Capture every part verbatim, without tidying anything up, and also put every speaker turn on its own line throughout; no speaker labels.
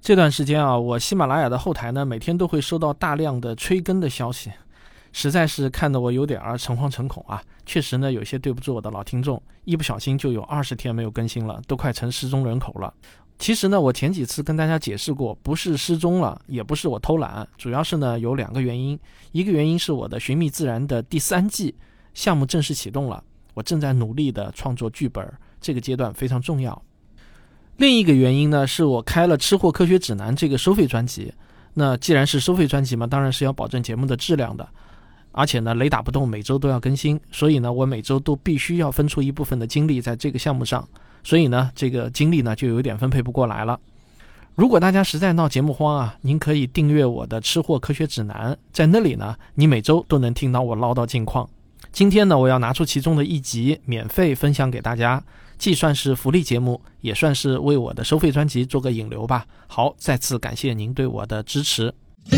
这段时间啊，我喜马拉雅的后台呢，每天都会收到大量的催更的消息，实在是看得我有点儿诚惶诚恐啊。确实呢，有些对不住我的老听众，一不小心就有二十天没有更新了，都快成失踪人口了。其实呢，我前几次跟大家解释过，不是失踪了，也不是我偷懒，主要是呢有两个原因。一个原因是我的寻觅自然的第三季项目正式启动了，我正在努力的创作剧本，这个阶段非常重要。另一个原因呢，是我开了吃货科学指南这个收费专辑。那既然是收费专辑嘛，当然是要保证节目的质量的，而且呢雷打不动，每周都要更新，所以呢我每周都必须要分出一部分的精力在这个项目上，所以呢这个精力呢就有点分配不过来了。如果大家实在闹节目荒啊，您可以订阅我的吃货科学指南，在那里呢你每周都能听到我唠叨近况。今天呢我要拿出其中的一集免费分享给大家，既算是福利节目，也算是为我的收费专辑做个引流吧。好，再次感谢您对我的支持。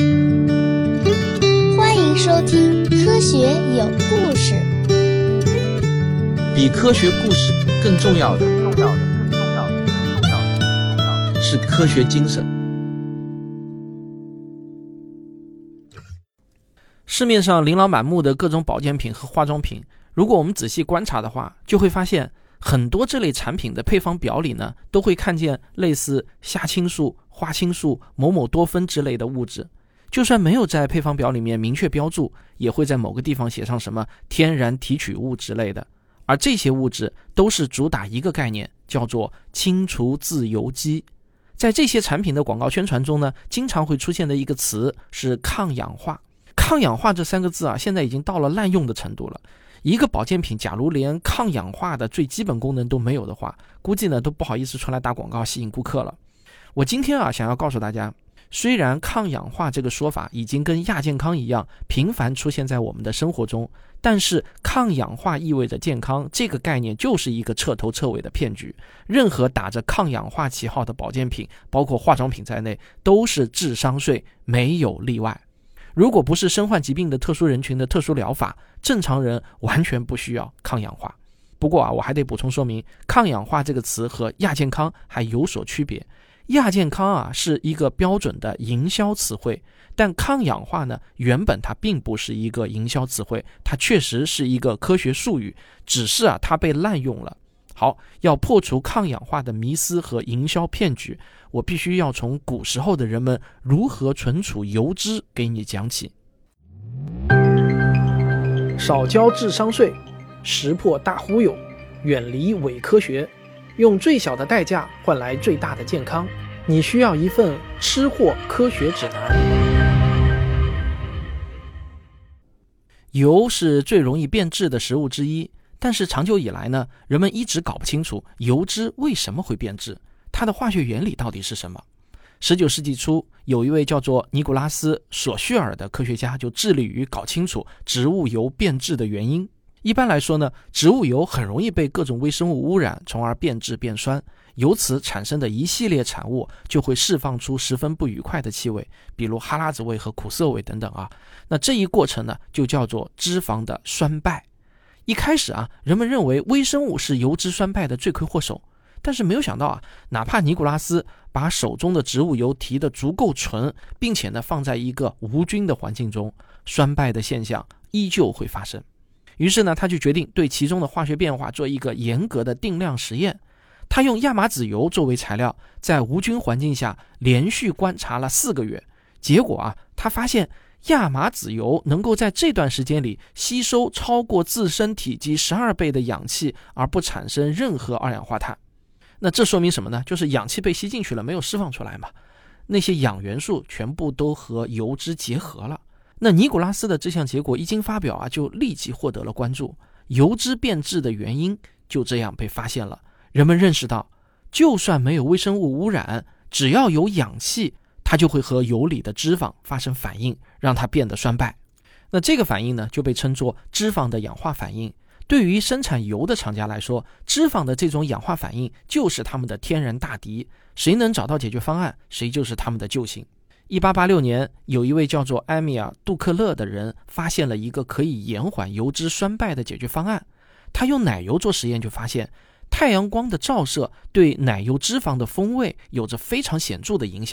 欢迎收听科学有故事。
比科学故事更重要的，重要的，更重要的，更重要的是科学精神。
市面上琳琅满目的各种保健品和化妆品，如果我们仔细观察的话，就会发现很多这类产品的配方表里呢，都会看见类似虾青素、花青素、某某多酚之类的物质。就算没有在配方表里面明确标注，也会在某个地方写上什么天然提取物之类的。而这些物质都是主打一个概念，叫做清除自由基。在这些产品的广告宣传中呢，经常会出现的一个词是抗氧化。抗氧化这三个字啊，现在已经到了滥用的程度了。一个保健品假如连抗氧化的最基本功能都没有的话，估计呢都不好意思出来打广告吸引顾客了。我今天啊想要告诉大家，虽然抗氧化这个说法已经跟亚健康一样频繁出现在我们的生活中，但是抗氧化意味着健康这个概念就是一个彻头彻尾的骗局。任何打着抗氧化旗号的保健品，包括化妆品在内，都是智商税，没有例外。如果不是身患疾病的特殊人群的特殊疗法，正常人完全不需要抗氧化。不过啊，我还得补充说明，抗氧化这个词和亚健康还有所区别。亚健康啊是一个标准的营销词汇，但抗氧化呢，原本它并不是一个营销词汇，它确实是一个科学术语，只是啊它被滥用了。好，要破除抗氧化的迷思和营销骗局，我必须要从古时候的人们如何存储油脂给你讲起。少交智商税，识破大忽悠，远离伪科学，用最小的代价换来最大的健康。你需要一份吃货科学指南。油是最容易变质的食物之一，但是长久以来呢，人们一直搞不清楚油脂为什么会变质，它的化学原理到底是什么。十九世纪初，有一位叫做尼古拉斯·索绪尔的科学家就致力于搞清楚植物油变质的原因。一般来说呢，植物油很容易被各种微生物污染，从而变质变酸，由此产生的一系列产物就会释放出十分不愉快的气味，比如哈喇子味和苦涩味等等啊。那这一过程呢，就叫做脂肪的酸败。一开始啊，人们认为微生物是油脂酸败的罪魁祸首，但是没有想到啊，哪怕尼古拉斯把手中的植物油提得足够纯，并且呢放在一个无菌的环境中，酸败的现象依旧会发生。于是呢，他就决定对其中的化学变化做一个严格的定量实验。他用亚麻籽油作为材料，在无菌环境下连续观察了四个月。结果啊，他发现亚麻籽油能够在这段时间里吸收超过自身体积十二倍的氧气，而不产生任何二氧化碳。那这说明什么呢？就是氧气被吸进去了，没有释放出来嘛。那些氧元素全部都和油脂结合了。那尼古拉斯的这项结果一经发表啊，就立即获得了关注。油脂变质的原因就这样被发现了。人们认识到，就算没有微生物污染，只要有氧气，它就会和油里的脂肪发生反应，让它变得酸败。那这个反应呢，就被称作脂肪的氧化反应。对于生产油的厂家来说，脂肪的这种氧化反应就是他们的天然大敌，谁能找到解决方案，谁就是他们的救星。一八八六年，有一位叫做埃米尔·杜克勒的人发现了一个可以延缓油脂酸败的解决方案。他用奶油做实验，就发现太阳光的照射对奶油脂肪的风味有着非常显著的影响。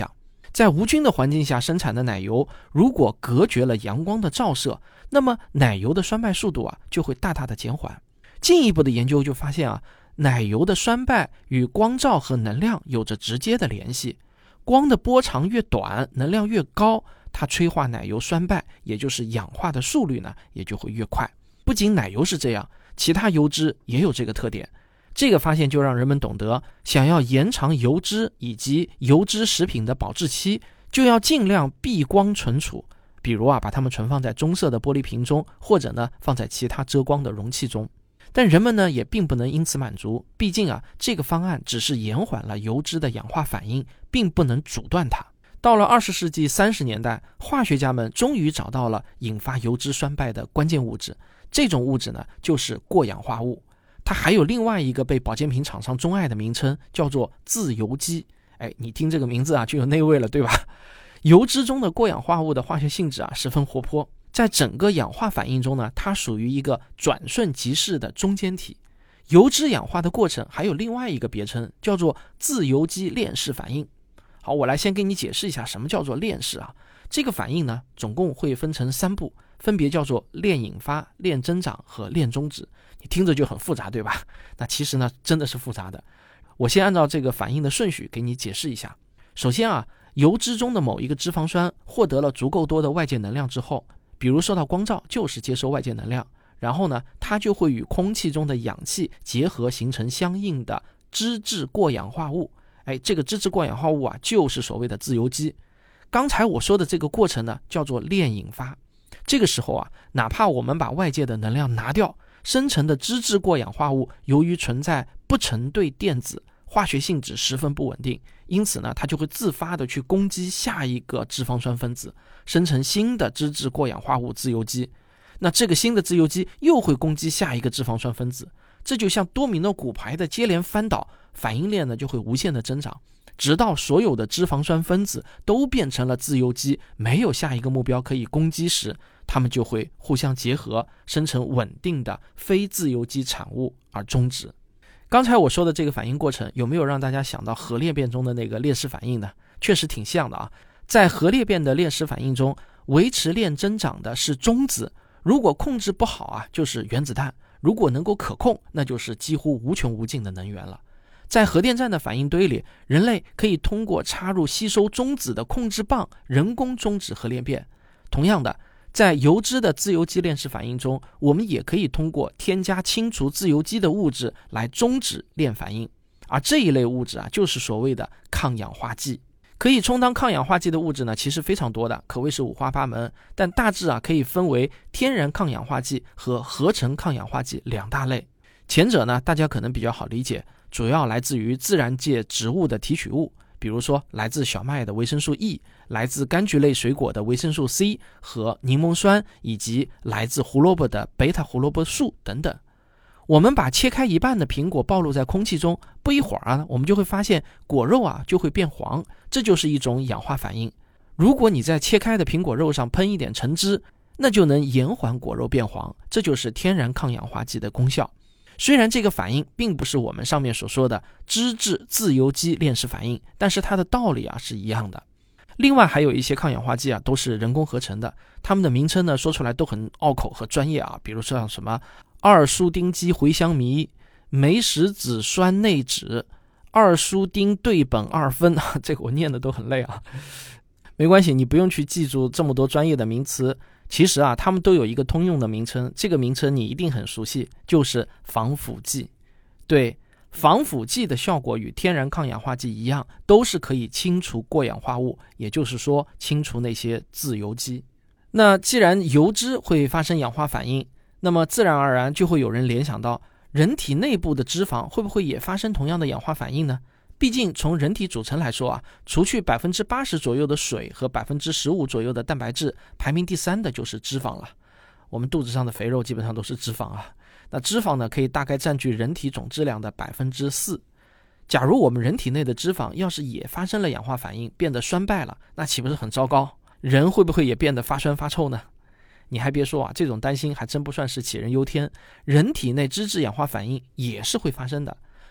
在无菌的环境下生产的奶油，如果隔绝了阳光的照射，那么奶油的酸败速度啊就会大大的减缓。进一步的研究就发现啊，奶油的酸败与光照和能量有着直接的联系。光的波长越短，能量越高，它催化奶油酸败，也就是氧化的速率呢也就会越快。不仅奶油是这样，其他油脂也有这个特点。这个发现就让人们懂得，想要延长油脂以及油脂食品的保质期，就要尽量避光存储。比如啊，把它们存放在棕色的玻璃瓶中，或者呢放在其他遮光的容器中。但人们呢也并不能因此满足，毕竟啊这个方案只是延缓了油脂的氧化反应，并不能阻断它。到了二十世纪三十年代，化学家们终于找到了引发油脂酸败的关键物质，这种物质呢就是过氧化物。它还有另外一个被保健品厂商钟爱的名称，叫做自由基。哎，你听这个名字啊就有那味了，对吧？油脂中的过氧化物的化学性质啊十分活泼，在整个氧化反应中呢，它属于一个转瞬即逝的中间体。油脂氧化的过程还有另外一个别称，叫做自由基链式反应。好，我来先给你解释一下什么叫做链式啊。这个反应呢总共会分成三步，分别叫做链引发、链增长和链终止。你听着就很复杂，对吧？那其实呢真的是复杂的。我先按照这个反应的顺序给你解释一下。首先啊，油脂中的某一个脂肪酸获得了足够多的外界能量之后，比如受到光照就是接收外界能量，然后呢它就会与空气中的氧气结合，形成相应的脂质过氧化物。哎，这个脂质过氧化物啊就是所谓的自由基。刚才我说的这个过程呢叫做链引发。这个时候啊，哪怕我们把外界的能量拿掉，生成的脂质过氧化物由于存在不成对电子，化学性质十分不稳定，因此呢它就会自发的去攻击下一个脂肪酸分子，生成新的脂质过氧化物自由基。那这个新的自由基又会攻击下一个脂肪酸分子，这就像多米诺骨牌的接连翻倒，反应链呢就会无限的增长，直到所有的脂肪酸分子都变成了自由基，没有下一个目标可以攻击时，它们就会互相结合，生成稳定的非自由基产物而终止。刚才我说的这个反应过程有没有让大家想到核裂变中的那个链式反应呢？确实挺像的啊。在核裂变的链式反应中，维持链增长的是中子，如果控制不好啊，就是原子弹；如果能够可控，那就是几乎无穷无尽的能源了。在核电站的反应堆里，人类可以通过插入吸收中子的控制棒人工终止核裂变。同样的，在油脂的自由基链式反应中，我们也可以通过添加清除自由基的物质来终止链反应，而这一类物质啊，就是所谓的抗氧化剂。可以充当抗氧化剂的物质呢，其实非常多的，可谓是五花八门，但大致啊可以分为天然抗氧化剂和合成抗氧化剂两大类。前者呢，大家可能比较好理解，主要来自于自然界植物的提取物，比如说来自小麦的维生素 E， 来自柑橘类水果的维生素 C 和柠檬酸，以及来自胡萝卜的贝塔胡萝卜素等等。我们把切开一半的苹果暴露在空气中，不一会儿啊，我们就会发现果肉啊就会变黄，这就是一种氧化反应。如果你在切开的苹果肉上喷一点橙汁，那就能延缓果肉变黄，这就是天然抗氧化剂的功效。虽然这个反应并不是我们上面所说的脂质自由基链式反应，但是它的道理啊是一样的。另外还有一些抗氧化剂啊都是人工合成的，它们的名称呢说出来都很拗口和专业啊，比如说像什么二苏丁基茴香醚、酶石子酸内酯、二苏丁对苯二酚，这个我念的都很累啊。没关系，你不用去记住这么多专业的名词，其实啊它们都有一个通用的名称，这个名称你一定很熟悉，就是防腐剂。对，防腐剂的效果与天然抗氧化剂一样，都是可以清除过氧化物，也就是说清除那些自由基。那既然油脂会发生氧化反应，那么自然而然就会有人联想到，人体内部的脂肪会不会也发生同样的氧化反应呢？毕竟从人体组成来说啊，除去 百分之八十 左右的水和 百分之十五 左右的蛋白质，排名第三的就是脂肪了。我们肚子上的肥肉基本上都是脂肪啊。那脂肪呢，可以大概占据人体总质量的 百分之四。 假如我们人体内的脂肪要是也发生了氧化反应，变得酸败了，那岂不是很糟糕？人会不会也变得发酸发臭呢？你还别说啊，这种担心还真不算是杞人忧天，人体内脂质氧化反应也是会发生的。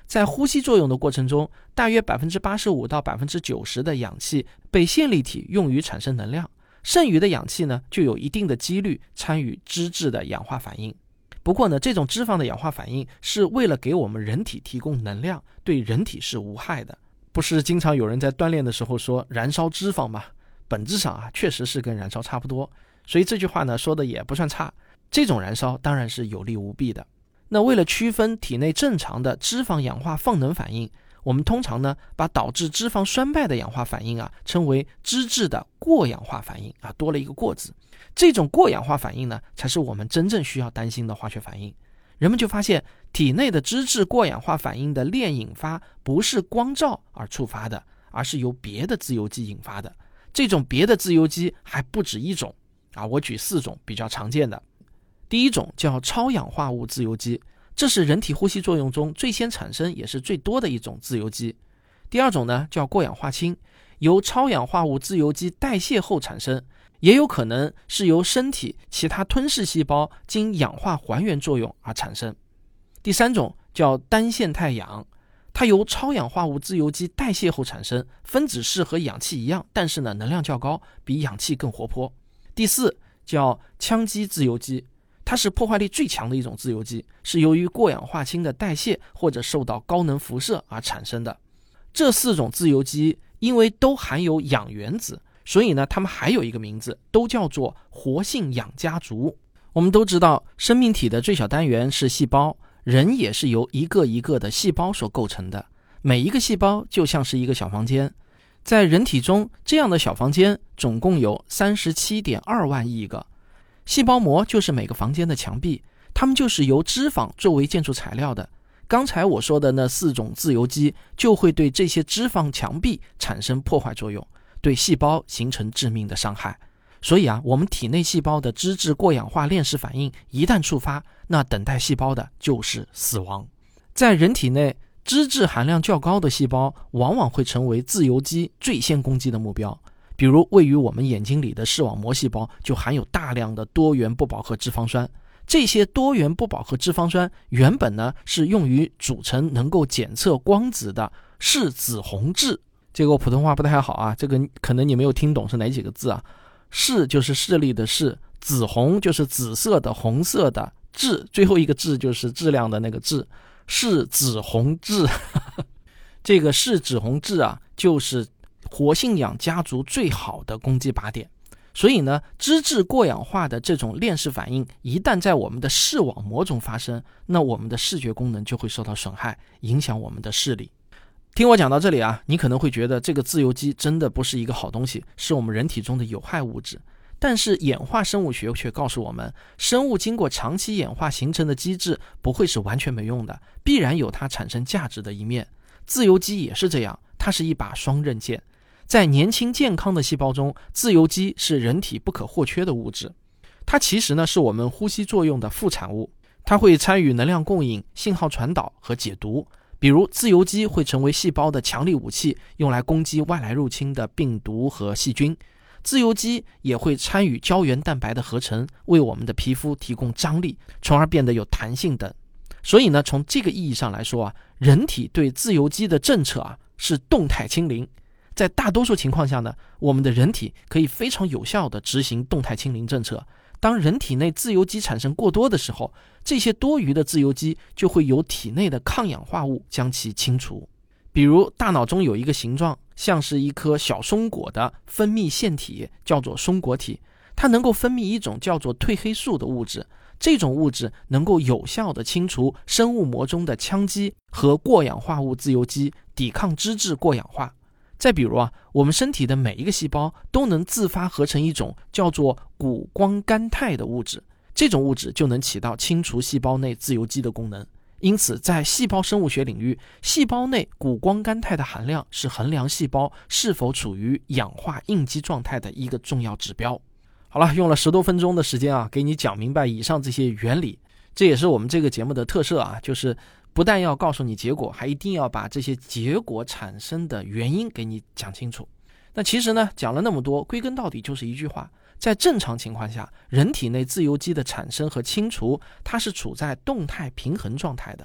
在呼吸作用的过程中，大约 百分之八十五 到 百分之九十 的氧气被线粒体用于产生能量，剩余的氧气呢，就有一定的几率参与脂质的氧化反应。不过呢，这种脂肪的氧化反应是为了给我们人体提供能量，对人体是无害的。不是经常有人在锻炼的时候说燃烧脂肪吗？本质上啊，确实是跟燃烧差不多。所以这句话呢，说的也不算差。这种燃烧当然是有利无弊的。那为了区分体内正常的脂肪氧化放能反应，我们通常呢把导致脂肪衰败的氧化反应啊称为脂质的过氧化反应啊，多了一个过字。这种过氧化反应呢，才是我们真正需要担心的化学反应。人们就发现，体内的脂质过氧化反应的链引发不是光照而触发的，而是由别的自由基引发的。这种别的自由基还不止一种啊，我举四种比较常见的。第一种叫超氧化物自由基，这是人体呼吸作用中最先产生也是最多的一种自由基。第二种呢叫过氧化氢，由超氧化物自由基代谢后产生，也有可能是由身体其他吞噬细胞经氧化还原作用而产生。第三种叫单线态氧，它由超氧化物自由基代谢后产生，分子式和氧气一样，但是呢能量较高，比氧气更活泼。第四叫羟基自由基，它是破坏力最强的一种自由基，是由于过氧化氢的代谢或者受到高能辐射而产生的。这四种自由基因为都含有氧原子，所以呢它们还有一个名字，都叫做活性氧家族。我们都知道生命体的最小单元是细胞，人也是由一个一个的细胞所构成的，每一个细胞就像是一个小房间。在人体中，这样的小房间总共有 三十七点二万亿个。细胞膜就是每个房间的墙壁，它们就是由脂肪作为建筑材料的。刚才我说的那四种自由基就会对这些脂肪墙壁产生破坏作用，对细胞形成致命的伤害。所以啊，我们体内细胞的脂质过氧化链式反应一旦触发，那等待细胞的就是死亡。在人体内，脂质含量较高的细胞往往会成为自由基最先攻击的目标。比如位于我们眼睛里的视网膜细胞就含有大量的多元不饱和脂肪酸，这些多元不饱和脂肪酸原本呢是用于组成能够检测光子的视紫红质。这个我普通话不太好啊，这个可能你没有听懂是哪几个字啊？视就是视力的视，紫红就是紫色的红色的，质最后一个质就是质量的那个质，视紫红质。这个视紫红质啊，就是活性氧家族最好的攻击靶点。所以呢，脂质过氧化的这种链式反应一旦在我们的视网膜中发生，那我们的视觉功能就会受到损害，影响我们的视力。听我讲到这里啊，你可能会觉得这个自由基真的不是一个好东西，是我们人体中的有害物质。但是演化生物学却告诉我们，生物经过长期演化形成的机制不会是完全没用的，必然有它产生价值的一面。自由基也是这样，它是一把双刃剑。在年轻健康的细胞中，自由基是人体不可或缺的物质。它其实呢是我们呼吸作用的副产物，它会参与能量供应、信号传导和解毒。比如自由基会成为细胞的强力武器，用来攻击外来入侵的病毒和细菌。自由基也会参与胶原蛋白的合成，为我们的皮肤提供张力，从而变得有弹性等。所以呢，从这个意义上来说啊，人体对自由基的政策啊是动态清零。在大多数情况下呢，我们的人体可以非常有效地执行动态清零政策。当人体内自由基产生过多的时候，这些多余的自由基就会由体内的抗氧化物将其清除。比如大脑中有一个形状像是一颗小松果的分泌腺体，叫做松果体，它能够分泌一种叫做褪黑素的物质，这种物质能够有效地清除生物膜中的羟基和过氧化物自由基，抵抗脂质过氧化。再比如啊，我们身体的每一个细胞都能自发合成一种叫做谷胱甘肽的物质，这种物质就能起到清除细胞内自由基的功能。因此在细胞生物学领域，细胞内谷胱甘肽的含量是衡量细胞是否处于氧化应激状态的一个重要指标。好了，用了十多分钟的时间啊，给你讲明白以上这些原理。这也是我们这个节目的特色啊，就是不但要告诉你结果，还一定要把这些结果产生的原因给你讲清楚。那其实呢，讲了那么多，归根到底就是一句话，在正常情况下，人体内自由基的产生和清除，它是处在动态平衡状态的。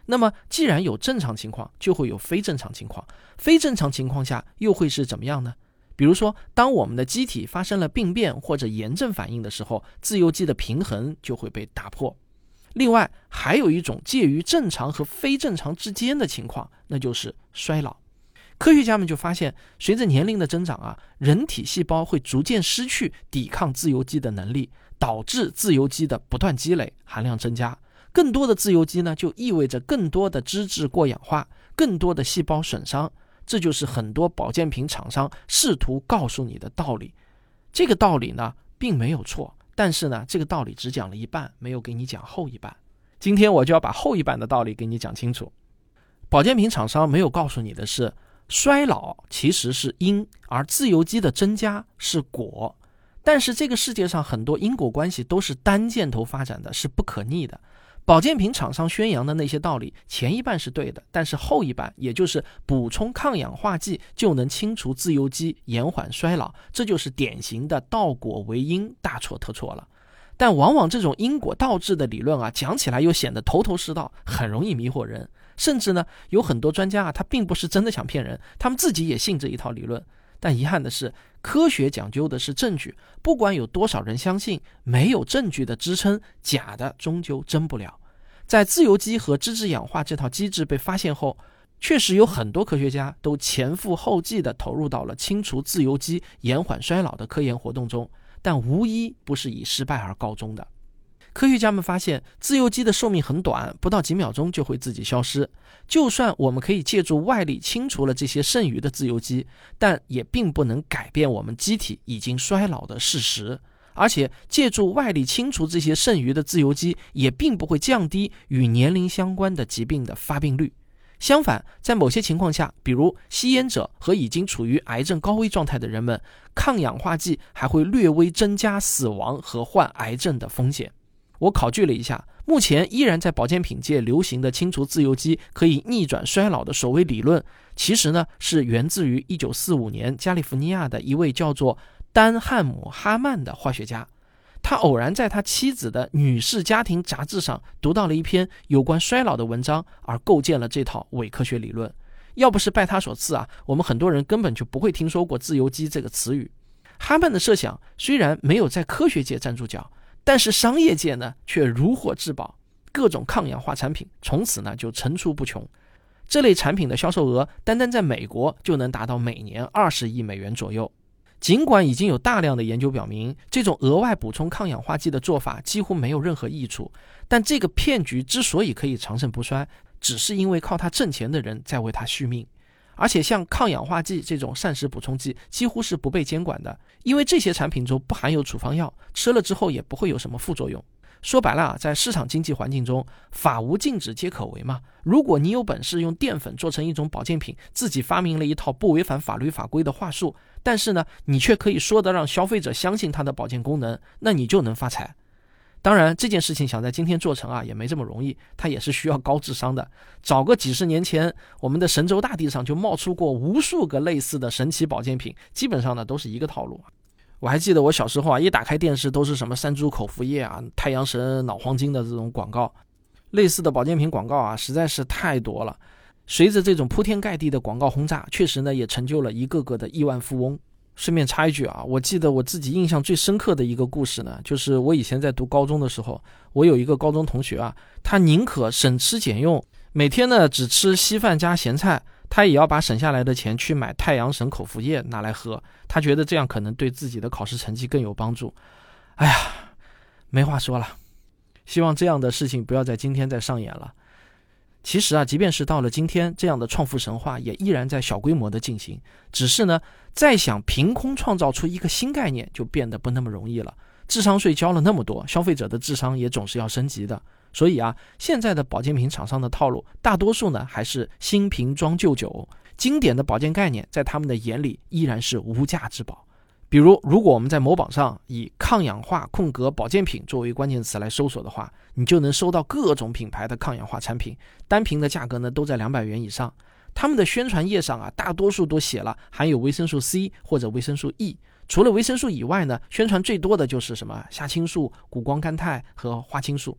那么既然有正常情况，就会有非正常情况，非正常情况下又会是怎么样呢？比如说，当我们的机体发生了病变或者炎症反应的时候，自由基的平衡就会被打破。另外，还有一种介于正常和非正常之间的情况，那就是衰老。科学家们就发现，随着年龄的增长啊，人体细胞会逐渐失去抵抗自由基的能力，导致自由基的不断积累，含量增加。更多的自由基呢，就意味着更多的脂质过氧化，更多的细胞损伤。这就是很多保健品厂商试图告诉你的道理。这个道理呢，并没有错，但是呢，这个道理只讲了一半，没有给你讲后一半。今天我就要把后一半的道理给你讲清楚。保健品厂商没有告诉你的是，衰老其实是因，而自由基的增加是果。但是这个世界上很多因果关系都是单箭头发展的，是不可逆的。保健品厂商宣扬的那些道理，前一半是对的，但是后一半，也就是补充抗氧化剂就能清除自由基，延缓衰老，这就是典型的倒果为因，大错特错了。但往往这种因果倒置的理论啊，讲起来又显得头头是道，很容易迷惑人。甚至呢，有很多专家啊，他并不是真的想骗人，他们自己也信这一套理论。但遗憾的是，科学讲究的是证据，不管有多少人相信，没有证据的支撑，假的终究真不了。在自由基和脂质氧化这套机制被发现后，确实有很多科学家都前赴后继地投入到了清除自由基、延缓衰老的科研活动中，但无一不是以失败而告终的。科学家们发现，自由基的寿命很短，不到几秒钟就会自己消失。就算我们可以借助外力清除了这些剩余的自由基，但也并不能改变我们机体已经衰老的事实。而且借助外力清除这些剩余的自由基，也并不会降低与年龄相关的疾病的发病率。相反，在某些情况下，比如吸烟者和已经处于癌症高危状态的人们，抗氧化剂还会略微增加死亡和患癌症的风险。我考据了一下，目前依然在保健品界流行的清除自由基可以逆转衰老的所谓理论，其实呢是源自于一九四五年加利福尼亚的一位叫做丹汉姆哈曼的化学家。他偶然在他妻子的女士家庭杂志上读到了一篇有关衰老的文章，而构建了这套伪科学理论。要不是拜他所赐啊，我们很多人根本就不会听说过自由基这个词语。哈曼的设想虽然没有在科学界站住脚，但是商业界呢却如获至宝，各种抗氧化产品从此呢就层出不穷。这类产品的销售额单单在美国就能达到每年二十亿美元左右。尽管已经有大量的研究表明，这种额外补充抗氧化剂的做法几乎没有任何益处，但这个骗局之所以可以长盛不衰，只是因为靠它挣钱的人在为它续命。而且像抗氧化剂这种膳食补充剂几乎是不被监管的，因为这些产品中不含有处方药，吃了之后也不会有什么副作用。说白了啊，在市场经济环境中，法无禁止皆可为嘛。如果你有本事用淀粉做成一种保健品，自己发明了一套不违反法律法规的话术，但是呢，你却可以说得让消费者相信它的保健功能，那你就能发财。当然，这件事情想在今天做成啊，也没这么容易，它也是需要高智商的。早个几十年前，我们的神州大地上就冒出过无数个类似的神奇保健品，基本上呢都是一个套路。我还记得我小时候啊，一打开电视都是什么山猪口服液啊、太阳神脑黄金的这种广告，类似的保健品广告啊，实在是太多了。随着这种铺天盖地的广告轰炸，确实呢也成就了一个个的亿万富翁。顺便插一句啊，我记得我自己印象最深刻的一个故事呢，就是我以前在读高中的时候，我有一个高中同学啊，他宁可省吃俭用，每天呢只吃稀饭加咸菜，他也要把省下来的钱去买太阳神口服液拿来喝，他觉得这样可能对自己的考试成绩更有帮助。哎呀，没话说了，希望这样的事情不要在今天再上演了。其实啊，即便是到了今天，这样的创富神话也依然在小规模的进行，只是呢，再想凭空创造出一个新概念就变得不那么容易了。智商税交了那么多，消费者的智商也总是要升级的。所以啊，现在的保健品厂商的套路，大多数呢还是新瓶装旧酒，经典的保健概念在他们的眼里依然是无价之宝。比如，如果我们在某宝上以抗氧化空格保健品作为关键词来搜索的话，你就能搜到各种品牌的抗氧化产品，单瓶的价格呢都在两百元以上。他们的宣传页上啊，大多数都写了含有维生素 C 或者维生素 E。除了维生素以外呢，宣传最多的就是什么虾青素、谷胱甘肽和花青素。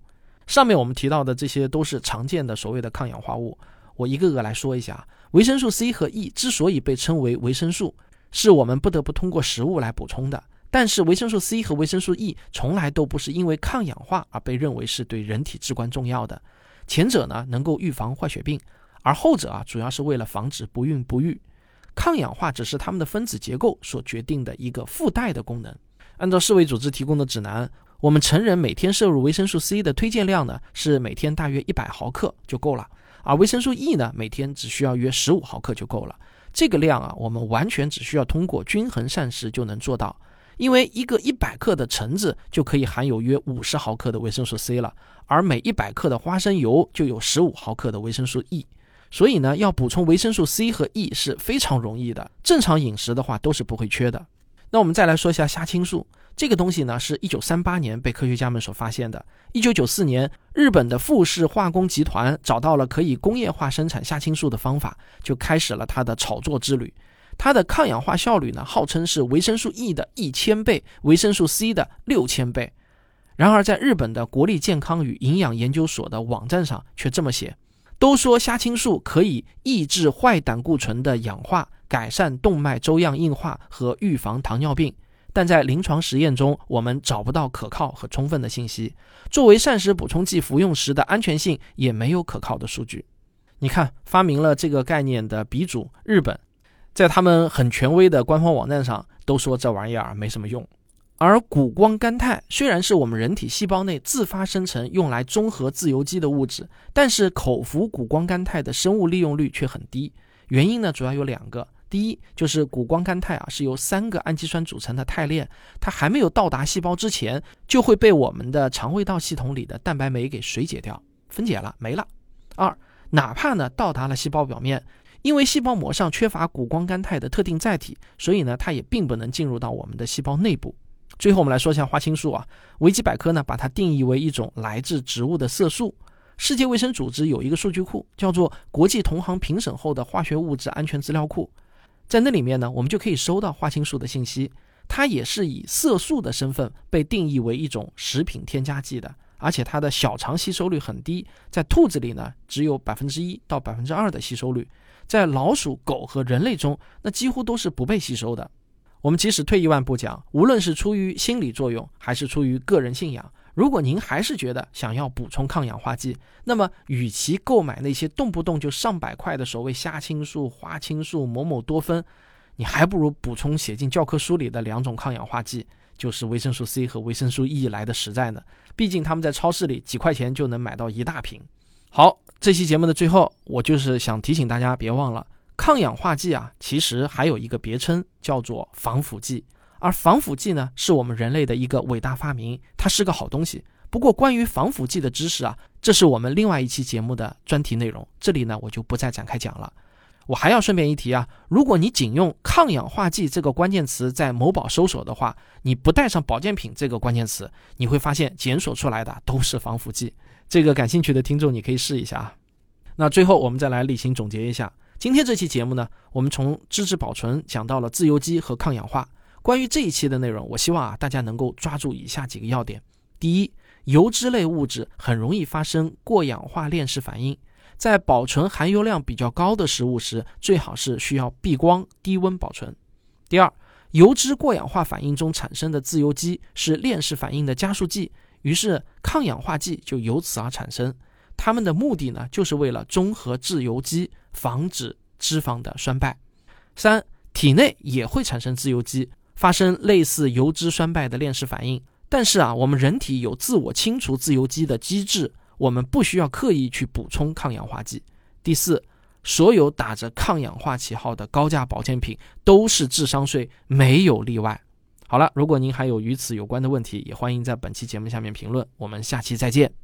上面我们提到的这些都是常见的所谓的抗氧化物，我一个个来说一下。维生素 C 和 E 之所以被称为维生素，是我们不得不通过食物来补充的，但是维生素 C 和维生素 E 从来都不是因为抗氧化而被认为是对人体至关重要的。前者呢能够预防坏血病，而后者啊主要是为了防止不孕不育。抗氧化只是它们的分子结构所决定的一个附带的功能。按照世卫组织提供的指南，我们成人每天摄入维生素 C 的推荐量呢是每天大约一百毫克就够了，而维生素 E 呢每天只需要约十五毫克就够了。这个量啊我们完全只需要通过均衡膳食就能做到，因为一个一百克的橙子就可以含有约五十毫克的维生素 C 了，而每一百克的花生油就有十五毫克的维生素 E。 所以呢要补充维生素 C 和 E 是非常容易的，正常饮食的话都是不会缺的。那我们再来说一下虾青素，这个东西呢是一九三八年被科学家们所发现的。一九九四年日本的富士化工集团找到了可以工业化生产虾青素的方法，就开始了它的炒作之旅。它的抗氧化效率呢号称是维生素 E 的一千倍，维生素 C 的六千倍。然而在日本的国立健康与营养研究所的网站上却这么写，都说虾青素可以抑制坏胆固醇的氧化，改善动脉粥样硬化和预防糖尿病，但在临床实验中我们找不到可靠和充分的信息，作为膳食补充剂服用时的安全性也没有可靠的数据。你看，发明了这个概念的鼻祖日本，在他们很权威的官方网站上都说这玩意儿没什么用。而谷胱甘肽虽然是我们人体细胞内自发生成用来中和自由基的物质，但是口服谷胱甘肽的生物利用率却很低。原因呢主要有两个，第一就是谷胱甘肽啊是由三个氨基酸组成的肽链，它还没有到达细胞之前就会被我们的肠胃道系统里的蛋白酶给水解掉，分解了没了。二，哪怕呢到达了细胞表面，因为细胞膜上缺乏谷胱甘肽的特定载体，所以呢它也并不能进入到我们的细胞内部。最后我们来说一下花青素啊，维基百科呢把它定义为一种来自植物的色素。世界卫生组织有一个数据库叫做国际同行评审后的化学物质安全资料库，在那里面呢我们就可以收到花青素的信息，它也是以色素的身份被定义为一种食品添加剂的，而且它的小肠吸收率很低，在兔子里呢只有 百分之一 到 百分之二 的吸收率，在老鼠、狗和人类中那几乎都是不被吸收的。我们即使退一万步讲，无论是出于心理作用还是出于个人信仰，如果您还是觉得想要补充抗氧化剂，那么与其购买那些动不动就上百块的所谓虾青素、花青素、某某多酚，你还不如补充写进教科书里的两种抗氧化剂，就是维生素 C 和维生素 E 来的实在呢。毕竟他们在超市里几块钱就能买到一大瓶。好，这期节目的最后，我就是想提醒大家别忘了，抗氧化剂啊，其实还有一个别称叫做防腐剂。而防腐剂呢，是我们人类的一个伟大发明，它是个好东西。不过关于防腐剂的知识啊，这是我们另外一期节目的专题内容，这里呢我就不再展开讲了。我还要顺便一提啊，如果你仅用抗氧化剂这个关键词在某宝搜索的话，你不带上保健品这个关键词，你会发现检索出来的都是防腐剂。这个感兴趣的听众你可以试一下啊。那最后我们再来例行总结一下，今天这期节目呢，我们从脂质保存讲到了自由基和抗氧化。关于这一期的内容，我希望啊大家能够抓住以下几个要点。第一，油脂类物质很容易发生过氧化链式反应，在保存含油量比较高的食物时，最好是需要避光、低温保存。第二，油脂过氧化反应中产生的自由基是链式反应的加速剂，于是抗氧化剂就由此而产生。它们的目的呢，就是为了中和自由基，防止脂肪的衰败。三，体内也会产生自由基，发生类似油脂衰败的链式反应，但是啊，我们人体有自我清除自由基的机制，我们不需要刻意去补充抗氧化剂。第四，所有打着抗氧化旗号的高价保健品都是智商税，没有例外。好了，如果您还有与此有关的问题，也欢迎在本期节目下面评论，我们下期再见。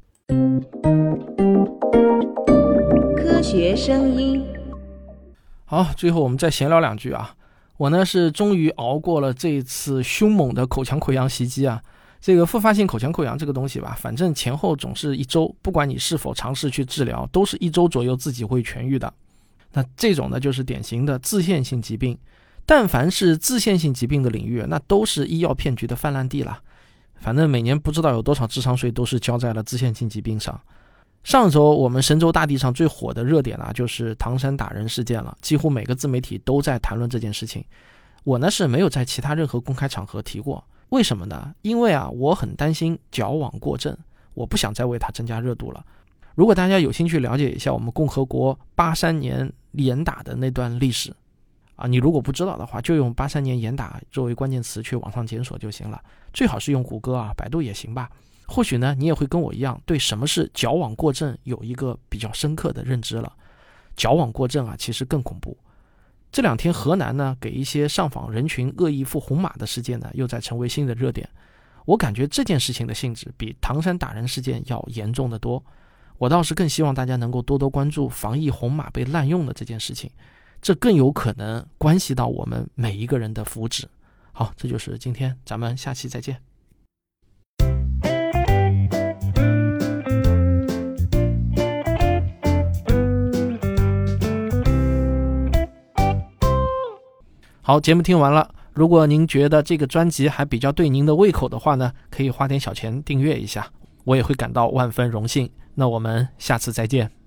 科学声音。
好，最后我们再闲聊两句啊。我呢是终于熬过了这一次凶猛的口腔溃疡袭击啊。这个复发性口腔溃疡这个东西吧，反正前后总是一周，不管你是否尝试去治疗，都是一周左右自己会痊愈的。那这种呢就是典型的自限性疾病，但凡是自限性疾病的领域，那都是医药骗局的泛滥地了。 反正每年不知道有多少智商税都是交在了支线性疾病上。上周我们神州大地上最火的热点啊，就是唐山打人事件了，几乎每个自媒体都在谈论这件事情。我呢是没有在其他任何公开场合提过，为什么呢？因为啊，我很担心矫枉过正，我不想再为它增加热度了。如果大家有兴趣了解一下我们共和国八三年严打的那段历史啊，你如果不知道的话，就用八三年严打作为关键词去网上检索就行了，最好是用谷歌啊，百度也行吧。或许呢，你也会跟我一样，对什么是矫枉过正有一个比较深刻的认知了。矫枉过正啊，其实更恐怖。这两天河南呢，给一些上访人群恶意付红码的事件呢，又在成为新的热点。我感觉这件事情的性质比唐山打人事件要严重得多。我倒是更希望大家能够多多关注防疫红码被滥用的这件事情，这更有可能关系到我们每一个人的福祉。好，这就是今天，咱们下期再见。好，节目听完了，如果您觉得这个专辑还比较对您的胃口的话呢，可以花点小钱订阅一下，我也会感到万分荣幸。那我们下次再见。